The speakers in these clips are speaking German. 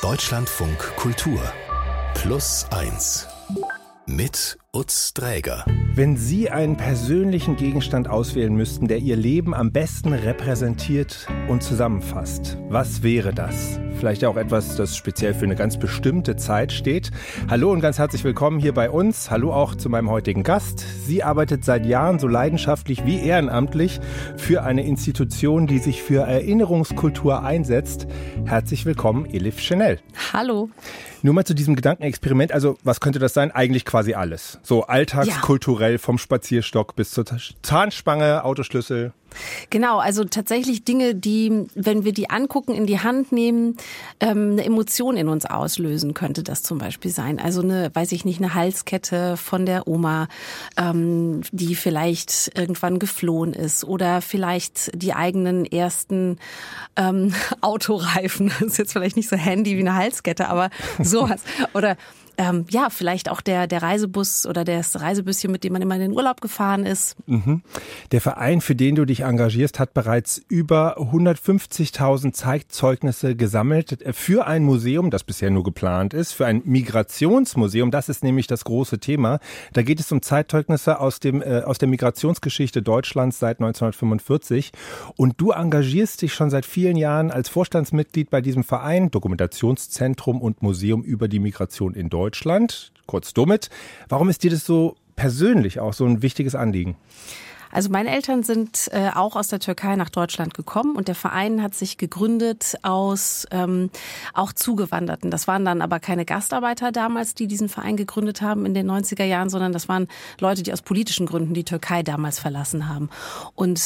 Deutschlandfunk Kultur Plus 1 mit Utz Dräger. Wenn Sie einen persönlichen Gegenstand auswählen müssten, der Ihr Leben am besten repräsentiert und zusammenfasst, was wäre das? Vielleicht auch etwas, das speziell für eine ganz bestimmte Zeit steht. Hallo und ganz herzlich willkommen hier bei uns. Hallo auch zu meinem heutigen Gast. Sie arbeitet seit Jahren so leidenschaftlich wie ehrenamtlich für eine Institution, die sich für Erinnerungskultur einsetzt. Herzlich willkommen, Elif Schnell. Hallo. Nur mal zu diesem Gedankenexperiment. Also was könnte das sein? Eigentlich quasi alles. So alltagskulturell vom Spazierstock bis zur Zahnspange, Autoschlüssel. Genau, also tatsächlich Dinge, die, wenn wir die angucken, in die Hand nehmen, eine Emotion in uns auslösen, könnte das zum Beispiel sein. Also eine Halskette von der Oma, die vielleicht irgendwann geflohen ist, oder vielleicht die eigenen ersten Autoreifen. Das ist jetzt vielleicht nicht so handy wie eine Halskette, aber sowas. Oder vielleicht auch der Reisebus oder das Reisebüsschen, mit dem man immer in den Urlaub gefahren ist. Mhm. Der Verein, für den du dich engagierst, hat bereits über 150.000 Zeitzeugnisse gesammelt für ein Museum, das bisher nur geplant ist, für ein Migrationsmuseum. Das ist nämlich das große Thema. Da geht es um Zeitzeugnisse aus der Migrationsgeschichte Deutschlands seit 1945. Und du engagierst dich schon seit vielen Jahren als Vorstandsmitglied bei diesem Verein, Dokumentationszentrum und Museum über die Migration in Deutschland, kurz DOMIT. Warum ist dir das so persönlich auch so ein wichtiges Anliegen? Also meine Eltern sind auch aus der Türkei nach Deutschland gekommen und der Verein hat sich gegründet aus auch Zugewanderten. Das waren dann aber keine Gastarbeiter damals, die diesen Verein gegründet haben in den 90er Jahren, sondern das waren Leute, die aus politischen Gründen die Türkei damals verlassen haben. Und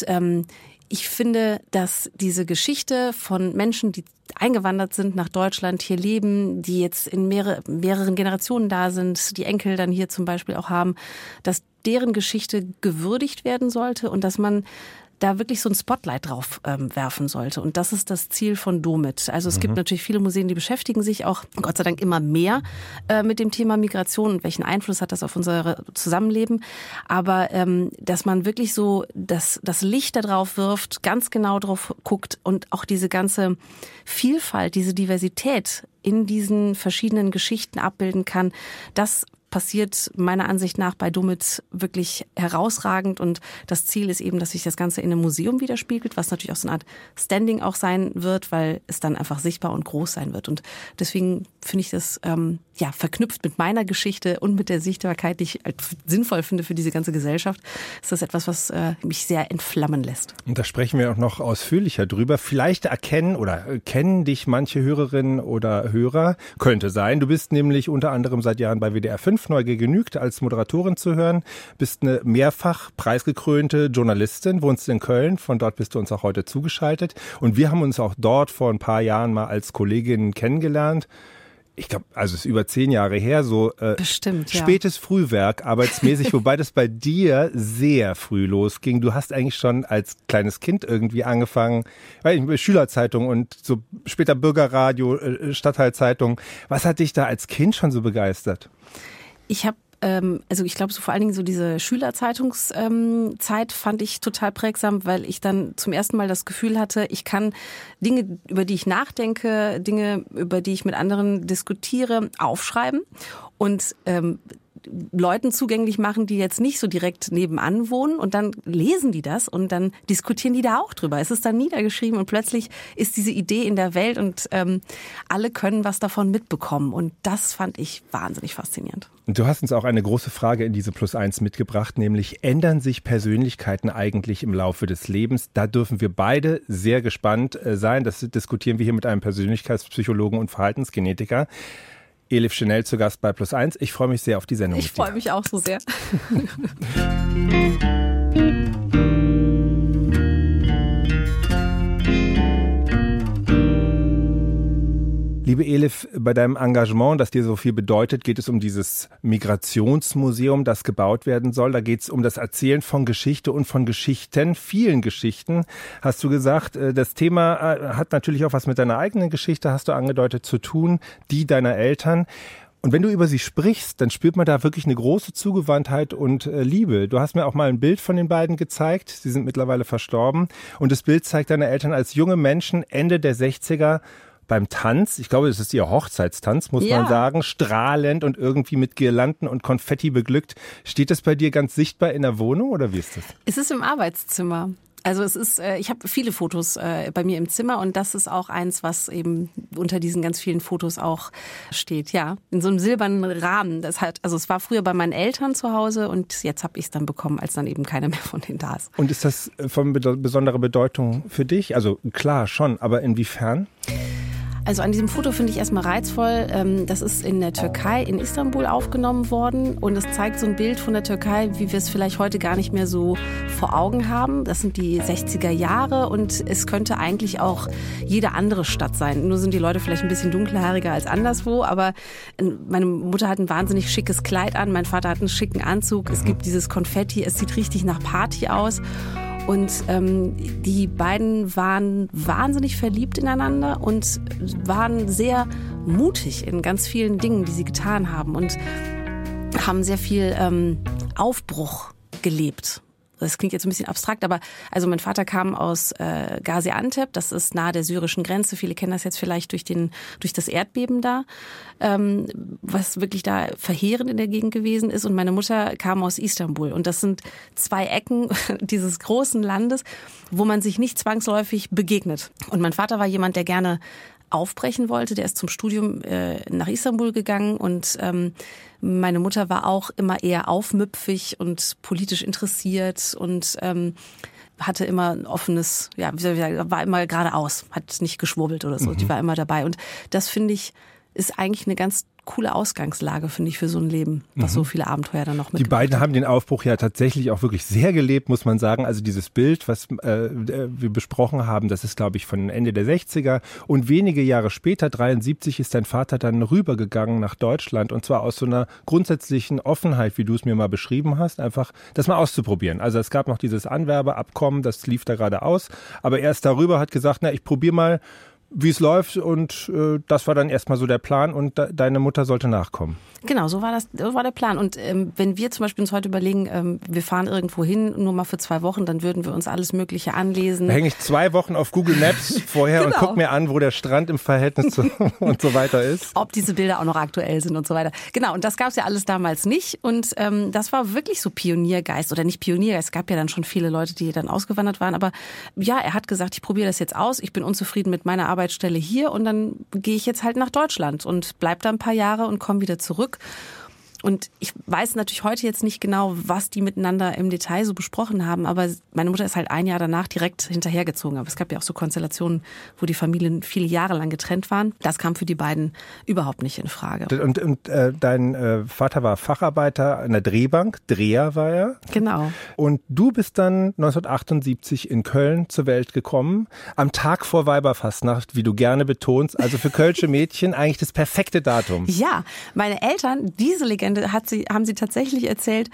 ich finde, dass diese Geschichte von Menschen, die eingewandert sind nach Deutschland, hier leben, die jetzt in mehreren Generationen da sind, die Enkel dann hier zum Beispiel auch haben, dass deren Geschichte gewürdigt werden sollte und dass man da wirklich so ein Spotlight drauf werfen sollte. Und das ist das Ziel von DOMIT. Also es gibt natürlich viele Museen, die beschäftigen sich auch, Gott sei Dank, immer mehr mit dem Thema Migration und welchen Einfluss hat das auf unser Zusammenleben. Aber dass man wirklich so das Licht da drauf wirft, ganz genau drauf guckt und auch diese ganze Vielfalt, diese Diversität in diesen verschiedenen Geschichten abbilden kann, das passiert meiner Ansicht nach bei DOMIT wirklich herausragend und das Ziel ist eben, dass sich das Ganze in einem Museum widerspiegelt, was natürlich auch so eine Art Standing auch sein wird, weil es dann einfach sichtbar und groß sein wird und deswegen finde ich das verknüpft mit meiner Geschichte und mit der Sichtbarkeit, die ich sinnvoll finde für diese ganze Gesellschaft, ist das etwas, was mich sehr entflammen lässt. Und da sprechen wir auch noch ausführlicher drüber. Vielleicht kennen dich manche Hörerinnen oder Hörer, könnte sein. Du bist nämlich unter anderem seit Jahren bei WDR 5 Neugier genügt als Moderatorin zu hören, bist eine mehrfach preisgekrönte Journalistin, wohnst in Köln, von dort bist du uns auch heute zugeschaltet und wir haben uns auch dort vor ein paar Jahren mal als Kolleginnen kennengelernt. Ich glaube, also es ist über 10 Jahre her, so bestimmt, spätes Frühwerk, arbeitsmäßig, wobei das bei dir sehr früh losging. Du hast eigentlich schon als kleines Kind irgendwie angefangen, Schülerzeitung und so später Bürgerradio, Stadtteilzeitung. Was hat dich da als Kind schon so begeistert? Ich habe ich glaube, so vor allen Dingen so diese Schülerzeitungszeit fand ich total prägsam, weil ich dann zum ersten Mal das Gefühl hatte, ich kann Dinge, über die ich nachdenke, Dinge, über die ich mit anderen diskutiere, aufschreiben und Leuten zugänglich machen, die jetzt nicht so direkt nebenan wohnen und dann lesen die das und dann diskutieren die da auch drüber. Es ist dann niedergeschrieben und plötzlich ist diese Idee in der Welt und alle können was davon mitbekommen und das fand ich wahnsinnig faszinierend. Und du hast uns auch eine große Frage in diese Plus-1 mitgebracht, nämlich ändern sich Persönlichkeiten eigentlich im Laufe des Lebens? Da dürfen wir beide sehr gespannt sein. Das diskutieren wir hier mit einem Persönlichkeitspsychologen und Verhaltensgenetiker. Elif Schnell zu Gast bei Plus1. Ich freue mich sehr auf die Sendung. Ich freue mich auch so sehr. Liebe Elif, bei deinem Engagement, das dir so viel bedeutet, geht es um dieses Migrationsmuseum, das gebaut werden soll. Da geht es um das Erzählen von Geschichte und von Geschichten, vielen Geschichten. Hast du gesagt, das Thema hat natürlich auch was mit deiner eigenen Geschichte, hast du angedeutet, zu tun, die deiner Eltern. Und wenn du über sie sprichst, dann spürt man da wirklich eine große Zugewandtheit und Liebe. Du hast mir auch mal ein Bild von den beiden gezeigt. Sie sind mittlerweile verstorben. Und das Bild zeigt deine Eltern als junge Menschen Ende der 60er beim Tanz, ich glaube, es ist ihr Hochzeitstanz, muss man sagen, strahlend und irgendwie mit Girlanden und Konfetti beglückt. Steht das bei dir ganz sichtbar in der Wohnung oder wie ist das? Es ist im Arbeitszimmer. Also ich habe viele Fotos bei mir im Zimmer und das ist auch eins, was eben unter diesen ganz vielen Fotos auch steht. Ja, in so einem silbernen Rahmen. Es war früher bei meinen Eltern zu Hause und jetzt habe ich es dann bekommen, als dann eben keiner mehr von denen da ist. Und ist das von besonderer Bedeutung für dich? Also klar, schon, aber inwiefern? Also an diesem Foto finde ich erstmal reizvoll. Das ist in der Türkei, in Istanbul aufgenommen worden und es zeigt so ein Bild von der Türkei, wie wir es vielleicht heute gar nicht mehr so vor Augen haben. Das sind die 60er Jahre und es könnte eigentlich auch jede andere Stadt sein. Nur sind die Leute vielleicht ein bisschen dunkelhaariger als anderswo, aber meine Mutter hat ein wahnsinnig schickes Kleid an, mein Vater hat einen schicken Anzug, es gibt dieses Konfetti, es sieht richtig nach Party aus. Und die beiden waren wahnsinnig verliebt ineinander und waren sehr mutig in ganz vielen Dingen, die sie getan haben und haben sehr viel Aufbruch gelebt. Das klingt jetzt ein bisschen abstrakt, aber also mein Vater kam aus Gaziantep, das ist nahe der syrischen Grenze. Viele kennen das jetzt vielleicht durch das Erdbeben da, was wirklich da verheerend in der Gegend gewesen ist. Und meine Mutter kam aus Istanbul. Und das sind zwei Ecken dieses großen Landes, wo man sich nicht zwangsläufig begegnet. Und mein Vater war jemand, der gerne aufbrechen wollte. Der ist zum Studium nach Istanbul gegangen und meine Mutter war auch immer eher aufmüpfig und politisch interessiert und hatte immer ein offenes, war immer geradeaus, hat nicht geschwurbelt oder so. Die war immer dabei. Und das, finde ich, ist eigentlich eine ganz coole Ausgangslage, finde ich, für so ein Leben, was so viele Abenteuer dann noch mit. Die beiden haben den Aufbruch ja tatsächlich auch wirklich sehr gelebt, muss man sagen. Also dieses Bild, was wir besprochen haben, das ist, glaube ich, von Ende der 60er. Und wenige Jahre später, 73, ist dein Vater dann rübergegangen nach Deutschland. Und zwar aus so einer grundsätzlichen Offenheit, wie du es mir mal beschrieben hast, einfach das mal auszuprobieren. Also es gab noch dieses Anwerbeabkommen, das lief da gerade aus. Aber er ist darüber, hat gesagt, ich probiere mal, wie es läuft und das war dann erstmal so der Plan und deine Mutter sollte nachkommen. Genau, so war der Plan. Und wenn wir zum Beispiel uns heute überlegen, wir fahren irgendwo hin, nur mal für 2 Wochen, dann würden wir uns alles Mögliche anlesen. Da hänge ich 2 Wochen auf Google Maps vorher und gucke mir an, wo der Strand im Verhältnis und so weiter ist. Ob diese Bilder auch noch aktuell sind und so weiter. Genau, und das gab es ja alles damals nicht. Und das war wirklich so Pioniergeist oder nicht Pioniergeist. Es gab ja dann schon viele Leute, die dann ausgewandert waren. Aber ja, er hat gesagt, ich probiere das jetzt aus. Ich bin unzufrieden mit meiner Arbeitsstelle hier und dann gehe ich jetzt halt nach Deutschland und bleib da ein paar Jahre und komme wieder zurück. Und ich weiß natürlich heute jetzt nicht genau, was die miteinander im Detail so besprochen haben, aber meine Mutter ist halt ein Jahr danach direkt hinterhergezogen. Aber es gab ja auch so Konstellationen, wo die Familien viele Jahre lang getrennt waren. Das kam für die beiden überhaupt nicht in Frage. Und dein Vater war Facharbeiter an der Drehbank, Dreher war er. Genau. Und du bist dann 1978 in Köln zur Welt gekommen, am Tag vor Weiberfastnacht, wie du gerne betonst. Also für kölsche Mädchen eigentlich das perfekte Datum. Ja, meine Eltern, diese Legende haben sie tatsächlich erzählt,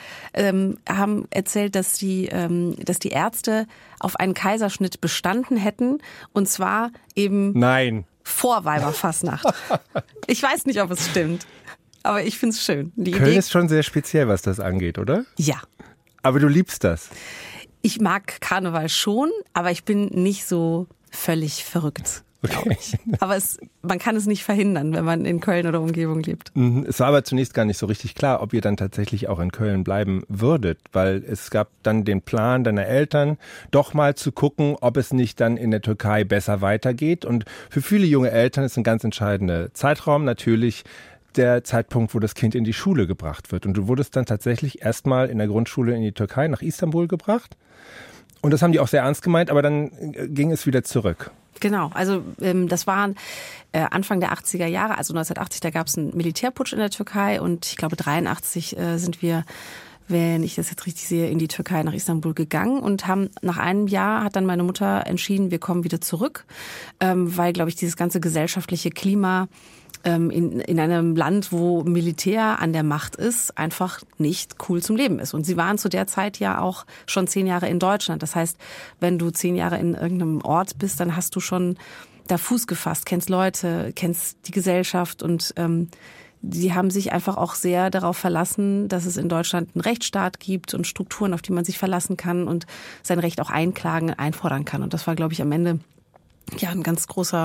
dass die Ärzte auf einen Kaiserschnitt bestanden hätten und zwar eben vor Weiberfastnacht. Ich weiß nicht, ob es stimmt, aber ich finde es schön. Köln ist schon sehr speziell, was das angeht, oder? Ja. Aber du liebst das? Ich mag Karneval schon, aber ich bin nicht so völlig verrückt. Okay. Aber man kann es nicht verhindern, wenn man in Köln oder Umgebung lebt. Es war aber zunächst gar nicht so richtig klar, ob ihr dann tatsächlich auch in Köln bleiben würdet, weil es gab dann den Plan deiner Eltern, doch mal zu gucken, ob es nicht dann in der Türkei besser weitergeht. Und für viele junge Eltern ist ein ganz entscheidender Zeitraum natürlich der Zeitpunkt, wo das Kind in die Schule gebracht wird. Und du wurdest dann tatsächlich erstmal in der Grundschule in die Türkei, nach Istanbul gebracht. Und das haben die auch sehr ernst gemeint, aber dann ging es wieder zurück. Genau, also das war Anfang der 80er Jahre, also 1980, da gab es einen Militärputsch in der Türkei und ich glaube 83 sind wir, wenn ich das jetzt richtig sehe, in die Türkei nach Istanbul gegangen und haben nach einem Jahr hat dann meine Mutter entschieden, wir kommen wieder zurück, weil, glaube ich, dieses ganze gesellschaftliche Klima in einem Land, wo Militär an der Macht ist, einfach nicht cool zum Leben ist. Und sie waren zu der Zeit ja auch schon 10 Jahre in Deutschland. Das heißt, wenn du 10 Jahre in irgendeinem Ort bist, dann hast du schon da Fuß gefasst, kennst Leute, kennst die Gesellschaft und die haben sich einfach auch sehr darauf verlassen, dass es in Deutschland einen Rechtsstaat gibt und Strukturen, auf die man sich verlassen kann und sein Recht auch einklagen, einfordern kann. Und das war, glaube ich, am Ende ja ein ganz großer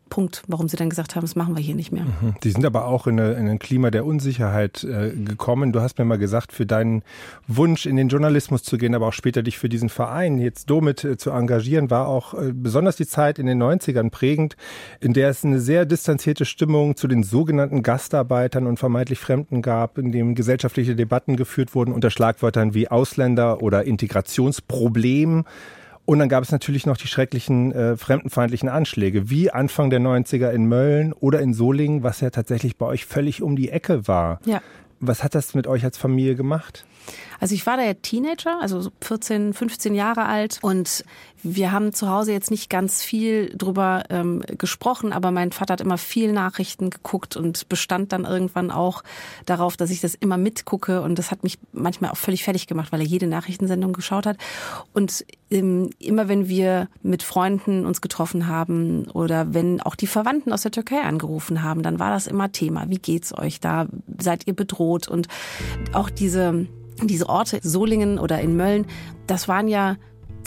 Punkt, warum sie dann gesagt haben, das machen wir hier nicht mehr. Die sind aber auch in ein Klima der Unsicherheit gekommen. Du hast mir mal gesagt, für deinen Wunsch, in den Journalismus zu gehen, aber auch später dich für diesen Verein jetzt damit zu engagieren, war auch besonders die Zeit in den 90ern prägend, in der es eine sehr distanzierte Stimmung zu den sogenannten Gastarbeitern und vermeintlich Fremden gab, in dem gesellschaftliche Debatten geführt wurden unter Schlagwörtern wie Ausländer oder Integrationsproblem. Und dann gab es natürlich noch die schrecklichen fremdenfeindlichen Anschläge, wie Anfang der 90er in Mölln oder in Solingen, was ja tatsächlich bei euch völlig um die Ecke war. Ja. Was hat das mit euch als Familie gemacht? Also ich war da ja Teenager, also so 14, 15 Jahre alt und wir haben zu Hause jetzt nicht ganz viel drüber gesprochen, aber mein Vater hat immer viel Nachrichten geguckt und bestand dann irgendwann auch darauf, dass ich das immer mitgucke und das hat mich manchmal auch völlig fertig gemacht, weil er jede Nachrichtensendung geschaut hat und immer wenn wir mit Freunden uns getroffen haben oder wenn auch die Verwandten aus der Türkei angerufen haben, dann war das immer Thema. Wie geht's euch da? Seid ihr bedroht? Und auch diese Orte, Solingen oder in Mölln, das waren ja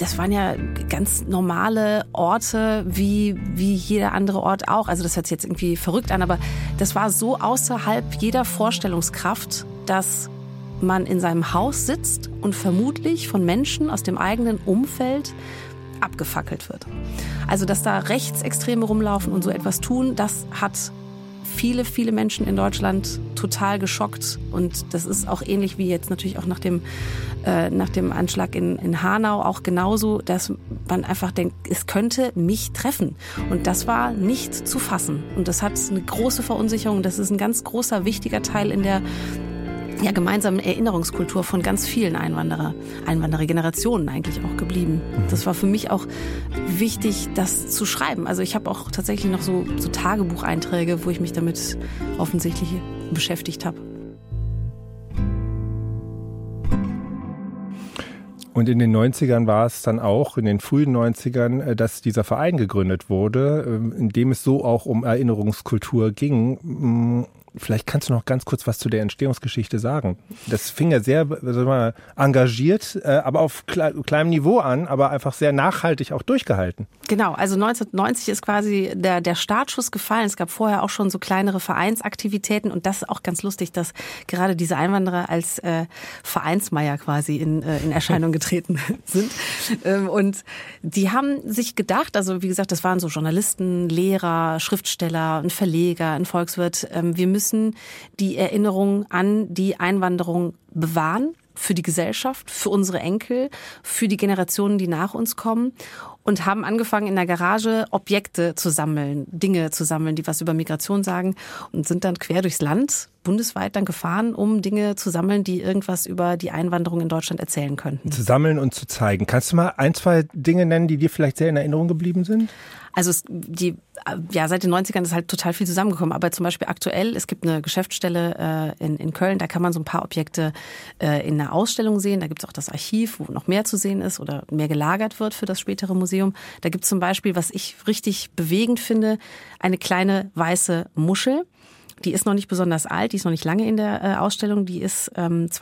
ganz normale Orte, wie jeder andere Ort auch. Also das hört sich jetzt irgendwie verrückt an, aber das war so außerhalb jeder Vorstellungskraft, dass man in seinem Haus sitzt und vermutlich von Menschen aus dem eigenen Umfeld abgefackelt wird. Also dass da Rechtsextreme rumlaufen und so etwas tun, das hat viele, viele Menschen in Deutschland total geschockt. Und das ist auch ähnlich wie jetzt natürlich auch nach dem Anschlag in Hanau auch genauso, dass man einfach denkt, es könnte mich treffen. Und das war nicht zu fassen. Und das hat eine große Verunsicherung. Das ist ein ganz großer, wichtiger Teil in der gemeinsamen Erinnerungskultur von ganz vielen Einwanderergenerationen eigentlich auch geblieben. Das war für mich auch wichtig, das zu schreiben. Also ich habe auch tatsächlich noch so Tagebucheinträge, wo ich mich damit offensichtlich beschäftigt habe. Und in den 90ern war es dann auch, in den frühen 90ern, dass dieser Verein gegründet wurde, in dem es so auch um Erinnerungskultur ging. Vielleicht kannst du noch ganz kurz was zu der Entstehungsgeschichte sagen. Das fing ja sehr engagiert, aber auf kleinem Niveau an, aber einfach sehr nachhaltig auch durchgehalten. Genau, also 1990 ist quasi der Startschuss gefallen. Es gab vorher auch schon so kleinere Vereinsaktivitäten und das ist auch ganz lustig, dass gerade diese Einwanderer als Vereinsmeier quasi in Erscheinung getreten sind. Und die haben sich gedacht, also wie gesagt, das waren so Journalisten, Lehrer, Schriftsteller, ein Verleger, ein Volkswirt. Wir müssen die Erinnerung an die Einwanderung bewahren für die Gesellschaft, für unsere Enkel, für die Generationen, die nach uns kommen und haben angefangen in der Garage Objekte zu sammeln, Dinge zu sammeln, die was über Migration sagen und sind dann quer durchs Land, bundesweit dann gefahren, um Dinge zu sammeln, die irgendwas über die Einwanderung in Deutschland erzählen könnten. Zu sammeln und zu zeigen. Kannst du mal 1, 2 Dinge nennen, die dir vielleicht sehr in Erinnerung geblieben sind? Also seit den 90ern ist halt total viel zusammengekommen. Aber zum Beispiel aktuell, es gibt eine Geschäftsstelle in Köln, da kann man so ein paar Objekte in einer Ausstellung sehen. Da gibt es auch das Archiv, wo noch mehr zu sehen ist oder mehr gelagert wird für das spätere Museum. Da gibt es zum Beispiel, was ich richtig bewegend finde, eine kleine weiße Muschel. Die ist noch nicht besonders alt, die ist noch nicht lange in der Ausstellung. Die ist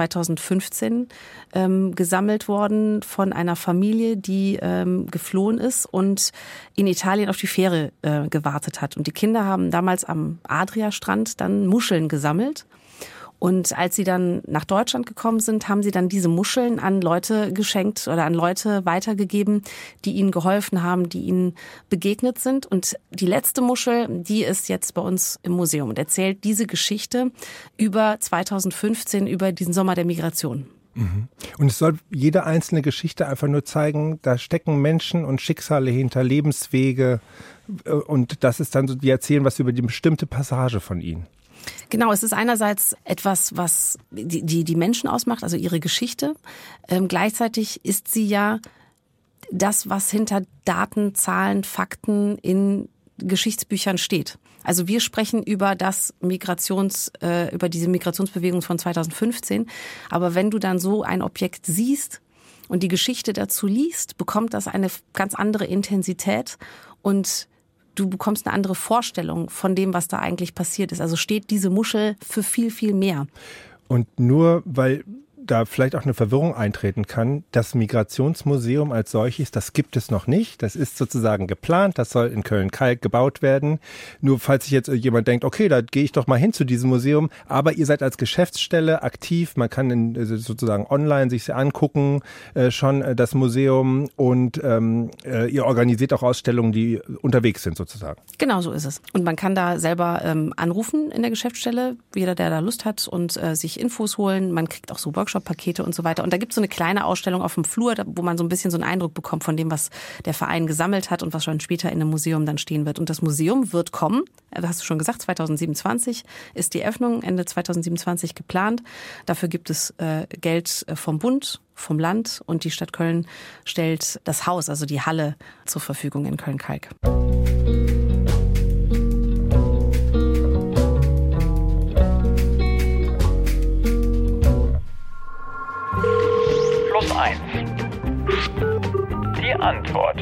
2015 gesammelt worden von einer Familie, die geflohen ist und in Italien auf die Fähre gewartet hat. Und die Kinder haben damals am Adria-Strand dann Muscheln gesammelt. Und als sie dann nach Deutschland gekommen sind, haben sie dann diese Muscheln an Leute geschenkt oder an Leute weitergegeben, die ihnen geholfen haben, die ihnen begegnet sind. Und die letzte Muschel, die ist jetzt bei uns im Museum und erzählt diese Geschichte über 2015, über diesen Sommer der Migration. Und es soll jede einzelne Geschichte einfach nur zeigen, da stecken Menschen und Schicksale hinter, Lebenswege. Und das ist dann so, die erzählen was über die bestimmte Passage von ihnen. Genau, es ist einerseits etwas, was die Menschen ausmacht, also ihre Geschichte. Gleichzeitig ist sie ja das, was hinter Daten, Zahlen, Fakten in Geschichtsbüchern steht. Also wir sprechen über über diese Migrationsbewegung von 2015. Aber wenn du dann so ein Objekt siehst und die Geschichte dazu liest, bekommt das eine ganz andere Intensität und du bekommst eine andere Vorstellung von dem, was da eigentlich passiert ist. Also steht diese Muschel für viel, viel mehr. Und nur weil da vielleicht auch eine Verwirrung eintreten kann. Das Migrationsmuseum als solches, das gibt es noch nicht. Das ist sozusagen geplant. Das soll in Köln-Kalk gebaut werden. Nur falls sich jetzt jemand denkt, okay, da gehe ich doch mal hin zu diesem Museum. Aber ihr seid als Geschäftsstelle aktiv. Man kann sozusagen online sich angucken, schon das Museum. Und ihr organisiert auch Ausstellungen, die unterwegs sind sozusagen. Genau so ist es. Und man kann da selber anrufen in der Geschäftsstelle. Jeder, der da Lust hat und sich Infos holen. Man kriegt auch so Workshop-Pakete und so weiter. Und da gibt es so eine kleine Ausstellung auf dem Flur, wo man so ein bisschen so einen Eindruck bekommt von dem, was der Verein gesammelt hat und was schon später in einem Museum dann stehen wird. Und das Museum wird kommen, hast du schon gesagt, 2027 ist die Öffnung, Ende 2027 geplant. Dafür gibt es Geld vom Bund, vom Land und die Stadt Köln stellt das Haus, also die Halle, zur Verfügung in Köln-Kalk. Die Antwort.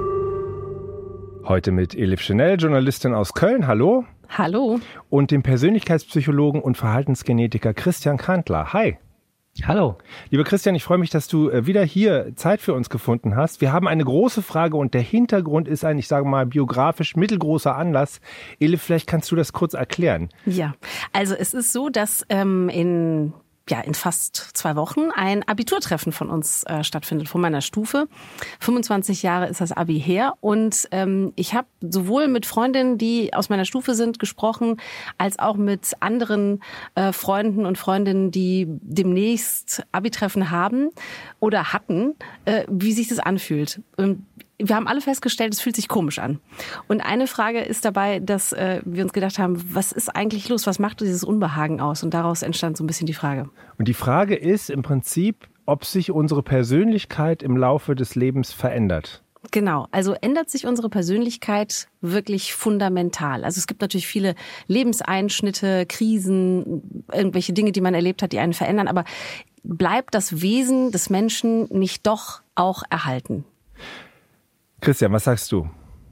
Heute mit Elif Schnell, Journalistin aus Köln. Hallo. Hallo. Und dem Persönlichkeitspsychologen und Verhaltensgenetiker Christian Kandler. Hi. Hallo. Lieber Christian, ich freue mich, dass du wieder hier Zeit für uns gefunden hast. Wir haben eine große Frage und der Hintergrund ist ein, ich sage mal, biografisch mittelgroßer Anlass. Elif, vielleicht kannst du das kurz erklären. Ja, also es ist so, dass in fast 2 Wochen ein Abiturtreffen von uns stattfindet, von meiner Stufe. 25 Jahre ist das Abi her und ich habe sowohl mit Freundinnen, die aus meiner Stufe sind, gesprochen, als auch mit anderen Freunden und Freundinnen, die demnächst Abi-Treffen haben oder hatten, wie sich das anfühlt. Wir haben alle festgestellt, es fühlt sich komisch an. Und eine Frage ist dabei, dass wir uns gedacht haben, was ist eigentlich los? Was macht dieses Unbehagen aus? Und daraus entstand so ein bisschen die Frage. Und die Frage ist im Prinzip, ob sich unsere Persönlichkeit im Laufe des Lebens verändert. Genau, also ändert sich unsere Persönlichkeit wirklich fundamental. Also es gibt natürlich viele Lebenseinschnitte, Krisen, irgendwelche Dinge, die man erlebt hat, die einen verändern. Aber bleibt das Wesen des Menschen nicht doch auch erhalten? Christian, was sagst du?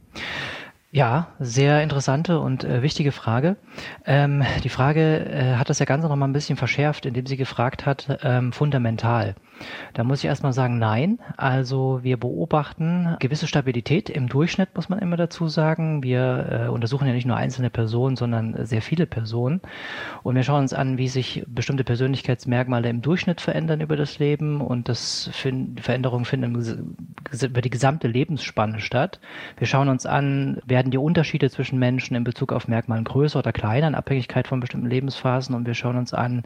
Ja, sehr interessante und wichtige Frage. Die Frage hat das ja Ganze noch mal ein bisschen verschärft, indem sie gefragt hat, fundamental. Da muss ich erstmal sagen, nein. Also wir beobachten gewisse Stabilität im Durchschnitt, muss man immer dazu sagen. Wir untersuchen ja nicht nur einzelne Personen, sondern sehr viele Personen. Und wir schauen uns an, wie sich bestimmte Persönlichkeitsmerkmale im Durchschnitt verändern über das Leben. Und Veränderungen finden über die gesamte Lebensspanne statt. Wir schauen uns an, werden die Unterschiede zwischen Menschen in Bezug auf Merkmalen größer oder kleiner in Abhängigkeit von bestimmten Lebensphasen. Und wir schauen uns an,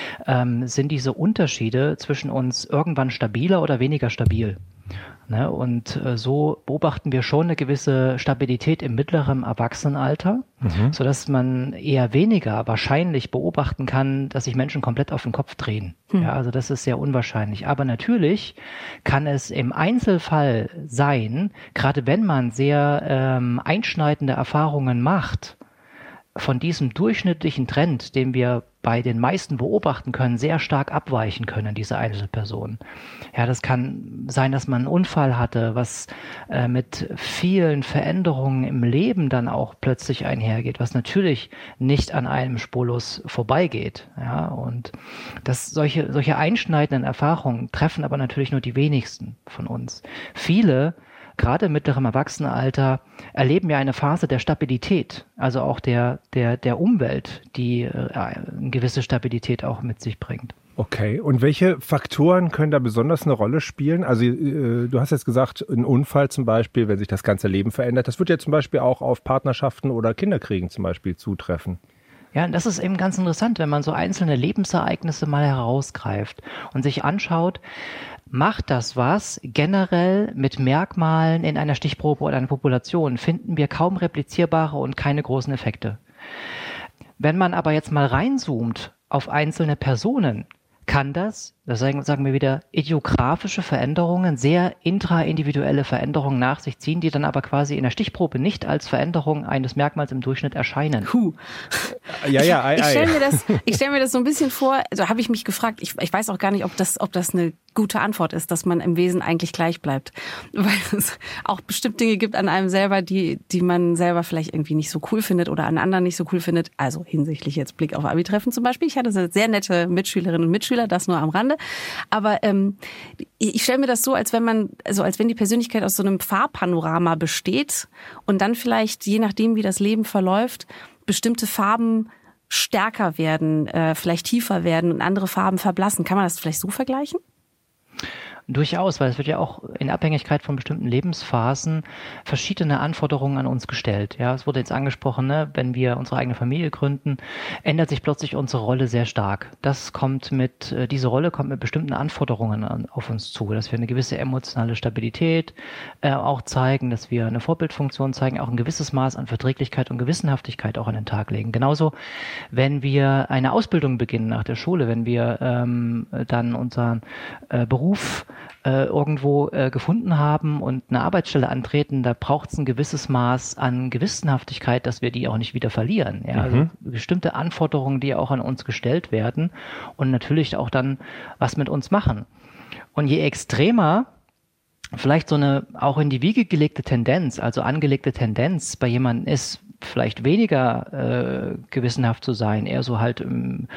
sind diese Unterschiede zwischen uns irgendwann stabiler oder weniger stabil. Ne? Und so beobachten wir schon eine gewisse Stabilität im mittleren Erwachsenenalter, sodass man eher weniger wahrscheinlich beobachten kann, dass sich Menschen komplett auf den Kopf drehen. Ja, also das ist sehr unwahrscheinlich. Aber natürlich kann es im Einzelfall sein, gerade wenn man sehr einschneidende Erfahrungen macht, von diesem durchschnittlichen Trend, den wir bei den meisten beobachten können, sehr stark abweichen können, diese Einzelpersonen. Ja, das kann sein, dass man einen Unfall hatte, was mit vielen Veränderungen im Leben dann auch plötzlich einhergeht, was natürlich nicht an einem spurlos vorbeigeht. Ja, und solche einschneidenden Erfahrungen treffen aber natürlich nur die wenigsten von uns. Viele, gerade im mittleren Erwachsenenalter, erleben ja eine Phase der Stabilität, also auch der Umwelt, die eine gewisse Stabilität auch mit sich bringt. Okay, und welche Faktoren können da besonders eine Rolle spielen? Also du hast jetzt gesagt, ein Unfall zum Beispiel, wenn sich das ganze Leben verändert, das wird ja zum Beispiel auch auf Partnerschaften oder Kinderkriegen zum Beispiel zutreffen. Ja, und das ist eben ganz interessant, wenn man so einzelne Lebensereignisse mal herausgreift und sich anschaut, macht das was? Generell mit Merkmalen in einer Stichprobe oder einer Population finden wir kaum replizierbare und keine großen Effekte. Wenn man aber jetzt mal reinzoomt auf einzelne Personen, kann das sagen wir wieder, idiografische Veränderungen, sehr intraindividuelle Veränderungen nach sich ziehen, die dann aber quasi in der Stichprobe nicht als Veränderung eines Merkmals im Durchschnitt erscheinen. Ja, Ich stell mir das so ein bisschen vor, also habe ich mich gefragt, ich weiß auch gar nicht, ob das eine gute Antwort ist, dass man im Wesen eigentlich gleich bleibt. Weil es auch bestimmt Dinge gibt an einem selber, die man selber vielleicht irgendwie nicht so cool findet oder an anderen nicht so cool findet. Also hinsichtlich jetzt Blick auf Abi-Treffen zum Beispiel. Ich hatte sehr nette Mitschülerinnen und Mitschüler, das nur am Rande. Aber ich stelle mir das so, als wenn die Persönlichkeit aus so einem Farbpanorama besteht und dann vielleicht, je nachdem wie das Leben verläuft, bestimmte Farben stärker werden, vielleicht tiefer werden und andere Farben verblassen. Kann man das vielleicht so vergleichen? Durchaus, weil es wird ja auch in Abhängigkeit von bestimmten Lebensphasen verschiedene Anforderungen an uns gestellt. Ja, es wurde jetzt angesprochen, ne, wenn wir unsere eigene Familie gründen, ändert sich plötzlich unsere Rolle sehr stark. Diese Rolle kommt mit bestimmten Anforderungen auf uns zu, dass wir eine gewisse emotionale Stabilität auch zeigen, dass wir eine Vorbildfunktion zeigen, auch ein gewisses Maß an Verträglichkeit und Gewissenhaftigkeit auch an den Tag legen. Genauso, wenn wir eine Ausbildung beginnen nach der Schule, wenn wir dann unseren Beruf irgendwo gefunden haben und eine Arbeitsstelle antreten, da braucht es ein gewisses Maß an Gewissenhaftigkeit, dass wir die auch nicht wieder verlieren. Ja? Also bestimmte Anforderungen, die auch an uns gestellt werden und natürlich auch dann was mit uns machen. Und je extremer vielleicht so eine auch in die Wiege gelegte Tendenz, also angelegte Tendenz bei jemandem ist, vielleicht weniger gewissenhaft zu sein, eher so halt mit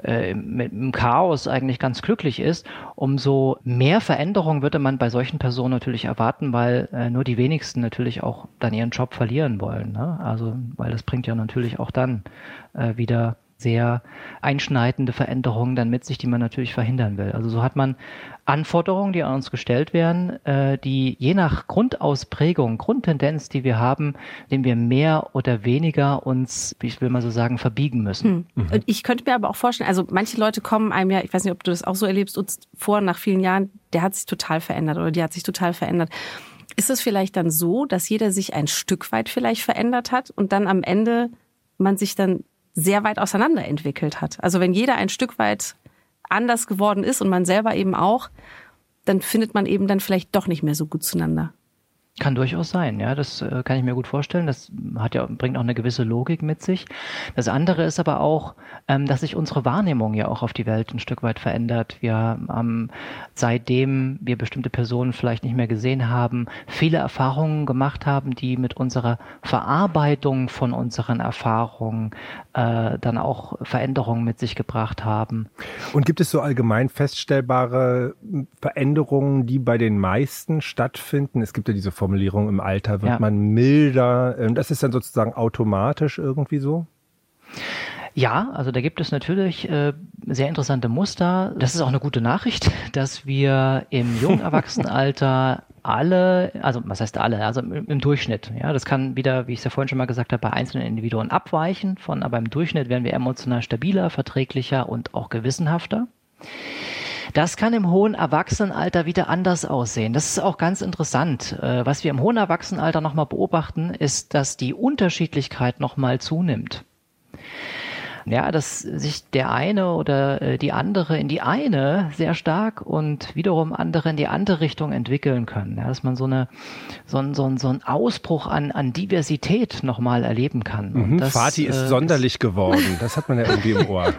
dem Chaos eigentlich ganz glücklich ist, umso mehr Veränderung würde man bei solchen Personen natürlich erwarten, weil nur die wenigsten natürlich auch dann ihren Job verlieren wollen. Ne? Also, weil das bringt ja natürlich auch dann wieder sehr einschneidende Veränderungen dann mit sich, die man natürlich verhindern will. Also so hat man Anforderungen, die an uns gestellt werden, die je nach Grundausprägung, Grundtendenz, die wir haben, dem wir mehr oder weniger uns, ich will mal so sagen, verbiegen müssen. Und ich könnte mir aber auch vorstellen, also manche Leute kommen einem ja, ich weiß nicht, ob du das auch so erlebst, uns vor nach vielen Jahren, der hat sich total verändert oder die hat sich total verändert. Ist es vielleicht dann so, dass jeder sich ein Stück weit vielleicht verändert hat und dann am Ende man sich dann sehr weit auseinander entwickelt hat? Also wenn jeder ein Stück weit anders geworden ist und man selber eben auch, dann findet man eben dann vielleicht doch nicht mehr so gut zueinander. Kann durchaus sein, ja, das kann ich mir gut vorstellen. Das bringt auch eine gewisse Logik mit sich. Das andere ist aber auch, dass sich unsere Wahrnehmung ja auch auf die Welt ein Stück weit verändert. Wir seitdem wir bestimmte Personen vielleicht nicht mehr gesehen haben, viele Erfahrungen gemacht haben, die mit unserer Verarbeitung von unseren Erfahrungen dann auch Veränderungen mit sich gebracht haben. Und gibt es so allgemein feststellbare Veränderungen, die bei den meisten stattfinden? Es gibt ja diese Formulierung, im Alter wird man milder. Das ist dann sozusagen automatisch irgendwie so? Ja, also da gibt es natürlich sehr interessante Muster. Das ist auch eine gute Nachricht, dass wir im jungen Erwachsenenalter also im Durchschnitt, ja, das kann wieder, wie ich es ja vorhin schon mal gesagt habe, bei einzelnen Individuen abweichen aber im Durchschnitt werden wir emotional stabiler, verträglicher und auch gewissenhafter. Das kann im hohen Erwachsenenalter wieder anders aussehen. Das ist auch ganz interessant. Was wir im hohen Erwachsenenalter nochmal beobachten, ist, dass die Unterschiedlichkeit nochmal zunimmt. Ja, dass sich der eine oder die andere in die eine sehr stark und wiederum andere in die andere Richtung entwickeln können. Ja, dass man so einen Ausbruch an Diversität nochmal erleben kann. Und das, Vati ist sonderlich geworden. Das hat man ja irgendwie im Ohr.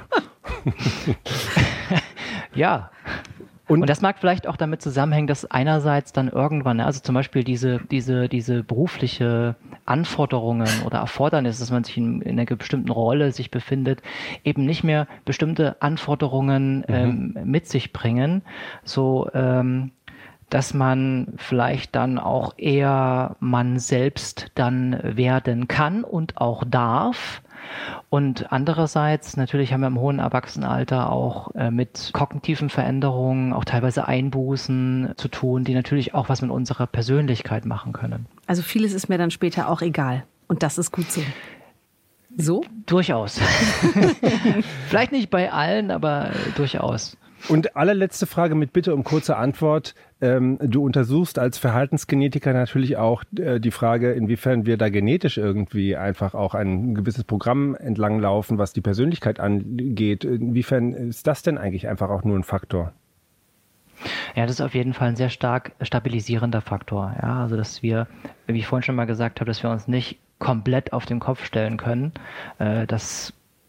Ja. Und das mag vielleicht auch damit zusammenhängen, dass einerseits dann irgendwann, also zum Beispiel diese berufliche Anforderungen oder Erfordernis, dass man sich in einer bestimmten Rolle sich befindet, eben nicht mehr bestimmte Anforderungen mit sich bringen, so dass man vielleicht dann auch eher man selbst dann werden kann und auch darf. Und andererseits, natürlich haben wir im hohen Erwachsenenalter auch mit kognitiven Veränderungen, auch teilweise Einbußen zu tun, die natürlich auch was mit unserer Persönlichkeit machen können. Also vieles ist mir dann später auch egal. Und das ist gut so. So? Durchaus. Vielleicht nicht bei allen, aber durchaus. Und allerletzte Frage mit Bitte um kurze Antwort. Du untersuchst als Verhaltensgenetiker natürlich auch die Frage, inwiefern wir da genetisch irgendwie einfach auch ein gewisses Programm entlanglaufen, was die Persönlichkeit angeht. Inwiefern ist das denn eigentlich einfach auch nur ein Faktor? Ja, das ist auf jeden Fall ein sehr stark stabilisierender Faktor. Ja, also dass wir, wie ich vorhin schon mal gesagt habe, dass wir uns nicht komplett auf den Kopf stellen können. Das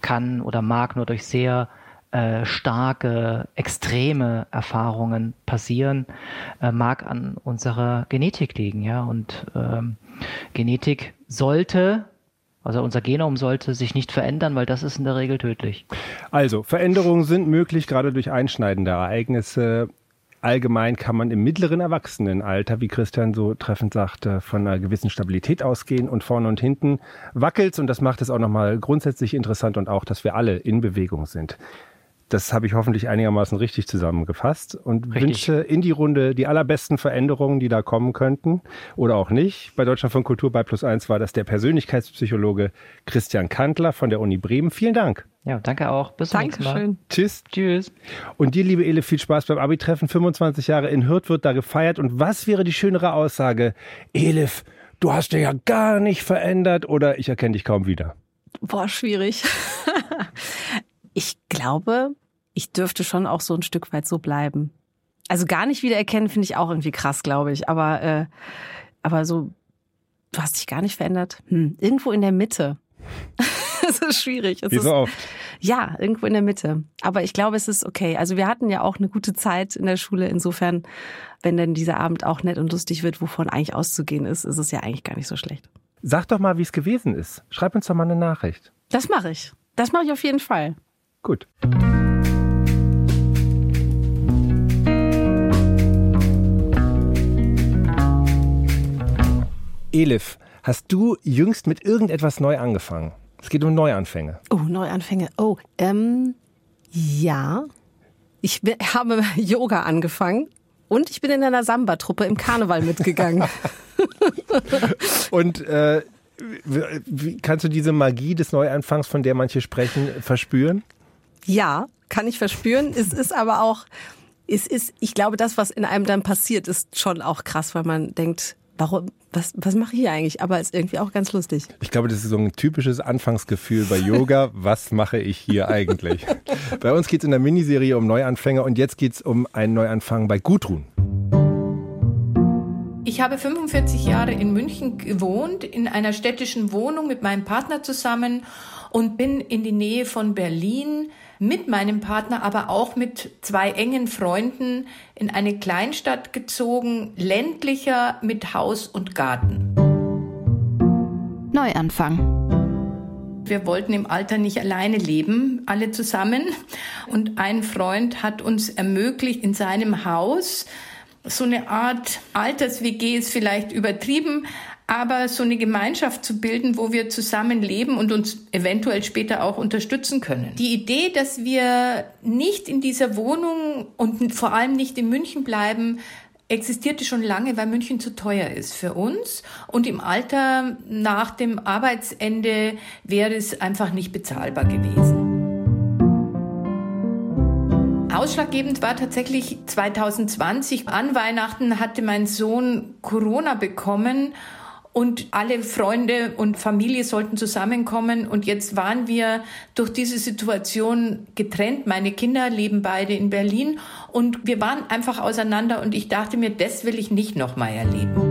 kann oder mag nur durch sehr starke, extreme Erfahrungen passieren, mag an unserer Genetik liegen, ja. Und Genetik sollte, also unser Genom sollte sich nicht verändern, weil das ist in der Regel tödlich. Also, Veränderungen sind möglich, gerade durch einschneidende Ereignisse. Allgemein kann man im mittleren Erwachsenenalter, wie Christian so treffend sagte, von einer gewissen Stabilität ausgehen und vorne und hinten wackelt's. Und das macht es auch nochmal grundsätzlich interessant und auch, dass wir alle in Bewegung sind. Das habe ich hoffentlich einigermaßen richtig zusammengefasst und wünsche in die Runde die allerbesten Veränderungen, die da kommen könnten oder auch nicht. Bei Deutschlandfunk Kultur bei +1 war das der Persönlichkeitspsychologe Christian Kantler von der Uni Bremen. Vielen Dank. Ja, danke auch. Bis zum nächsten Mal. Dankeschön. Tschüss. Tschüss. Und dir, liebe Elif, viel Spaß beim Abi-Treffen. 25 Jahre in Hürth wird da gefeiert. Und was wäre die schönere Aussage? Elif, du hast dich ja gar nicht verändert oder ich erkenne dich kaum wieder. Boah, schwierig. Ich glaube, ich dürfte schon auch so ein Stück weit so bleiben. Also gar nicht wiedererkennen finde ich auch irgendwie krass, glaube ich. Aber so, du hast dich gar nicht verändert. Irgendwo in der Mitte. Das ist schwierig. Wie so oft. Ja, irgendwo in der Mitte. Aber ich glaube, es ist okay. Also wir hatten ja auch eine gute Zeit in der Schule. Insofern, wenn dann dieser Abend auch nett und lustig wird, wovon eigentlich auszugehen ist, ist es ja eigentlich gar nicht so schlecht. Sag doch mal, wie es gewesen ist. Schreib uns doch mal eine Nachricht. Das mache ich. Das mache ich auf jeden Fall. Gut. Elif, hast du jüngst mit irgendetwas neu angefangen? Es geht um Neuanfänge. Oh, Neuanfänge. Oh, ja. Ich habe Yoga angefangen und ich bin in einer Samba-Truppe im Karneval mitgegangen. Und wie kannst du diese Magie des Neuanfangs, von der manche sprechen, verspüren? Ja, kann ich verspüren. Es ist aber auch, ich glaube, das, was in einem dann passiert, ist schon auch krass, weil man denkt, warum, was mache ich hier eigentlich? Aber ist irgendwie auch ganz lustig. Ich glaube, das ist so ein typisches Anfangsgefühl bei Yoga. Was mache ich hier eigentlich? Bei uns geht es in der Miniserie um Neuanfänger und jetzt geht es um einen Neuanfang bei Gudrun. Ich habe 45 Jahre in München gewohnt, in einer städtischen Wohnung mit meinem Partner zusammen und bin in die Nähe von Berlin mit meinem Partner, aber auch mit 2 engen Freunden in eine Kleinstadt gezogen, ländlicher mit Haus und Garten. Neuanfang. Wir wollten im Alter nicht alleine leben, alle zusammen. Und ein Freund hat uns ermöglicht, in seinem Haus so eine Art Alters-WG ist vielleicht übertrieben, aber so eine Gemeinschaft zu bilden, wo wir zusammen leben und uns eventuell später auch unterstützen können. Die Idee, dass wir nicht in dieser Wohnung und vor allem nicht in München bleiben, existierte schon lange, weil München zu teuer ist für uns. Und im Alter nach dem Arbeitsende wäre es einfach nicht bezahlbar gewesen. Ausschlaggebend war tatsächlich 2020. An Weihnachten hatte mein Sohn Corona bekommen und alle Freunde und Familie sollten zusammenkommen. Und jetzt waren wir durch diese Situation getrennt. Meine Kinder leben beide in Berlin und wir waren einfach auseinander. Und ich dachte mir, das will ich nicht nochmal erleben.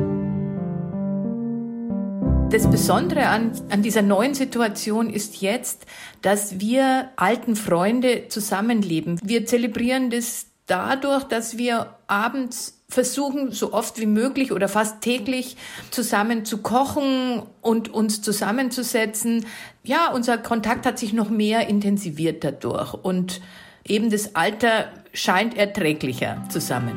Das Besondere an dieser neuen Situation ist jetzt, dass wir alten Freunde zusammenleben. Wir zelebrieren das dadurch, dass wir abends versuchen, so oft wie möglich oder fast täglich zusammen zu kochen und uns zusammenzusetzen. Ja, unser Kontakt hat sich noch mehr intensiviert dadurch und eben das Alter scheint erträglicher zusammen.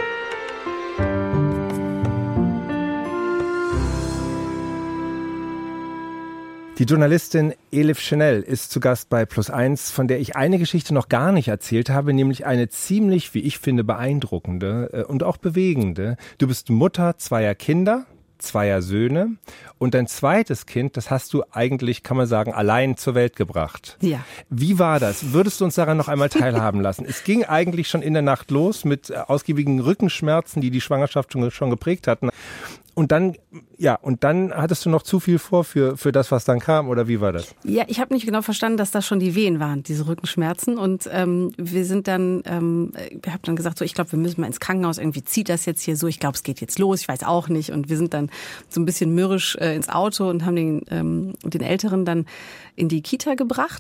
Die Journalistin Elif Schnell ist zu Gast bei +1, von der ich eine Geschichte noch gar nicht erzählt habe, nämlich eine ziemlich, wie ich finde, beeindruckende und auch bewegende. Du bist Mutter 2 Kinder, 2 Söhne und dein zweites Kind, das hast du eigentlich, kann man sagen, allein zur Welt gebracht. Ja. Wie war das? Würdest du uns daran noch einmal teilhaben lassen? Es ging eigentlich schon in der Nacht los mit ausgiebigen Rückenschmerzen, die Schwangerschaft schon geprägt hatten. Und dann hattest du noch zu viel vor für das, was dann kam, oder wie war das? Ja, ich habe nicht genau verstanden, dass das schon die Wehen waren, diese Rückenschmerzen. Und wir sind dann, wir haben dann gesagt, so, ich glaube, wir müssen mal ins Krankenhaus, irgendwie zieht das jetzt hier so, ich glaube, es geht jetzt los, ich weiß auch nicht. Und wir sind dann so ein bisschen mürrisch ins Auto und haben den Älteren dann in die Kita gebracht.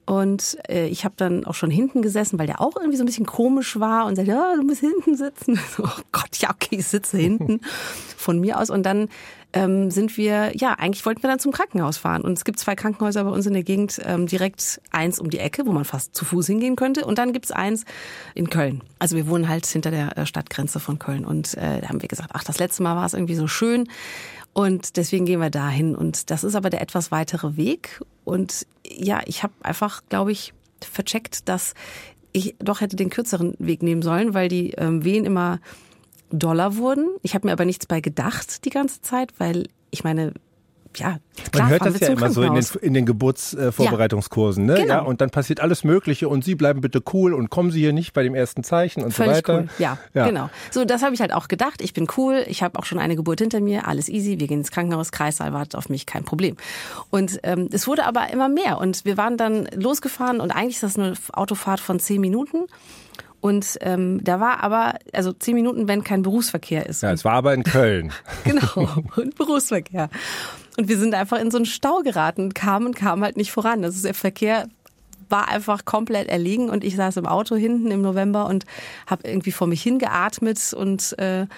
Und ich habe dann auch schon hinten gesessen, weil der auch irgendwie so ein bisschen komisch war und sagte, ja, du musst hinten sitzen. So, oh Gott, ja, okay, ich sitze hinten von mir aus. Und dann sind wir, ja, eigentlich wollten wir dann zum Krankenhaus fahren. Und es gibt 2 Krankenhäuser bei uns in der Gegend, direkt eins um die Ecke, wo man fast zu Fuß hingehen könnte. Und dann gibt's eins in Köln. Also wir wohnen halt hinter der Stadtgrenze von Köln. Und da haben wir gesagt, ach, das letzte Mal war es irgendwie so schön. Und deswegen gehen wir dahin. Und das ist aber der etwas weitere Weg. Und ja, ich habe einfach, glaube ich, vercheckt, dass ich doch hätte den kürzeren Weg nehmen sollen, weil die Wehen immer doller wurden. Ich habe mir aber nichts bei gedacht die ganze Zeit, weil ich meine, ja, klar, man hört das ja immer so in den Geburtsvorbereitungskursen, ne? Genau. Ja, und dann passiert alles Mögliche und Sie bleiben bitte cool und kommen Sie hier nicht bei dem ersten Zeichen und völlig so weiter. Cool. Ja, genau. So, das habe ich halt auch gedacht. Ich bin cool, ich habe auch schon eine Geburt hinter mir, alles easy, wir gehen ins Krankenhaus, Kreissaal wartet auf mich, kein Problem. Und es wurde aber immer mehr und wir waren dann losgefahren und eigentlich ist das eine Autofahrt von 10 Minuten. Und da war aber, also 10 Minuten, wenn kein Berufsverkehr ist. Ja, es war aber in Köln. Genau, und Berufsverkehr. Und wir sind einfach in so einen Stau geraten und kamen halt nicht voran. Also der Verkehr war einfach komplett erlegen und ich saß im Auto hinten im November und habe irgendwie vor mich hingeatmet und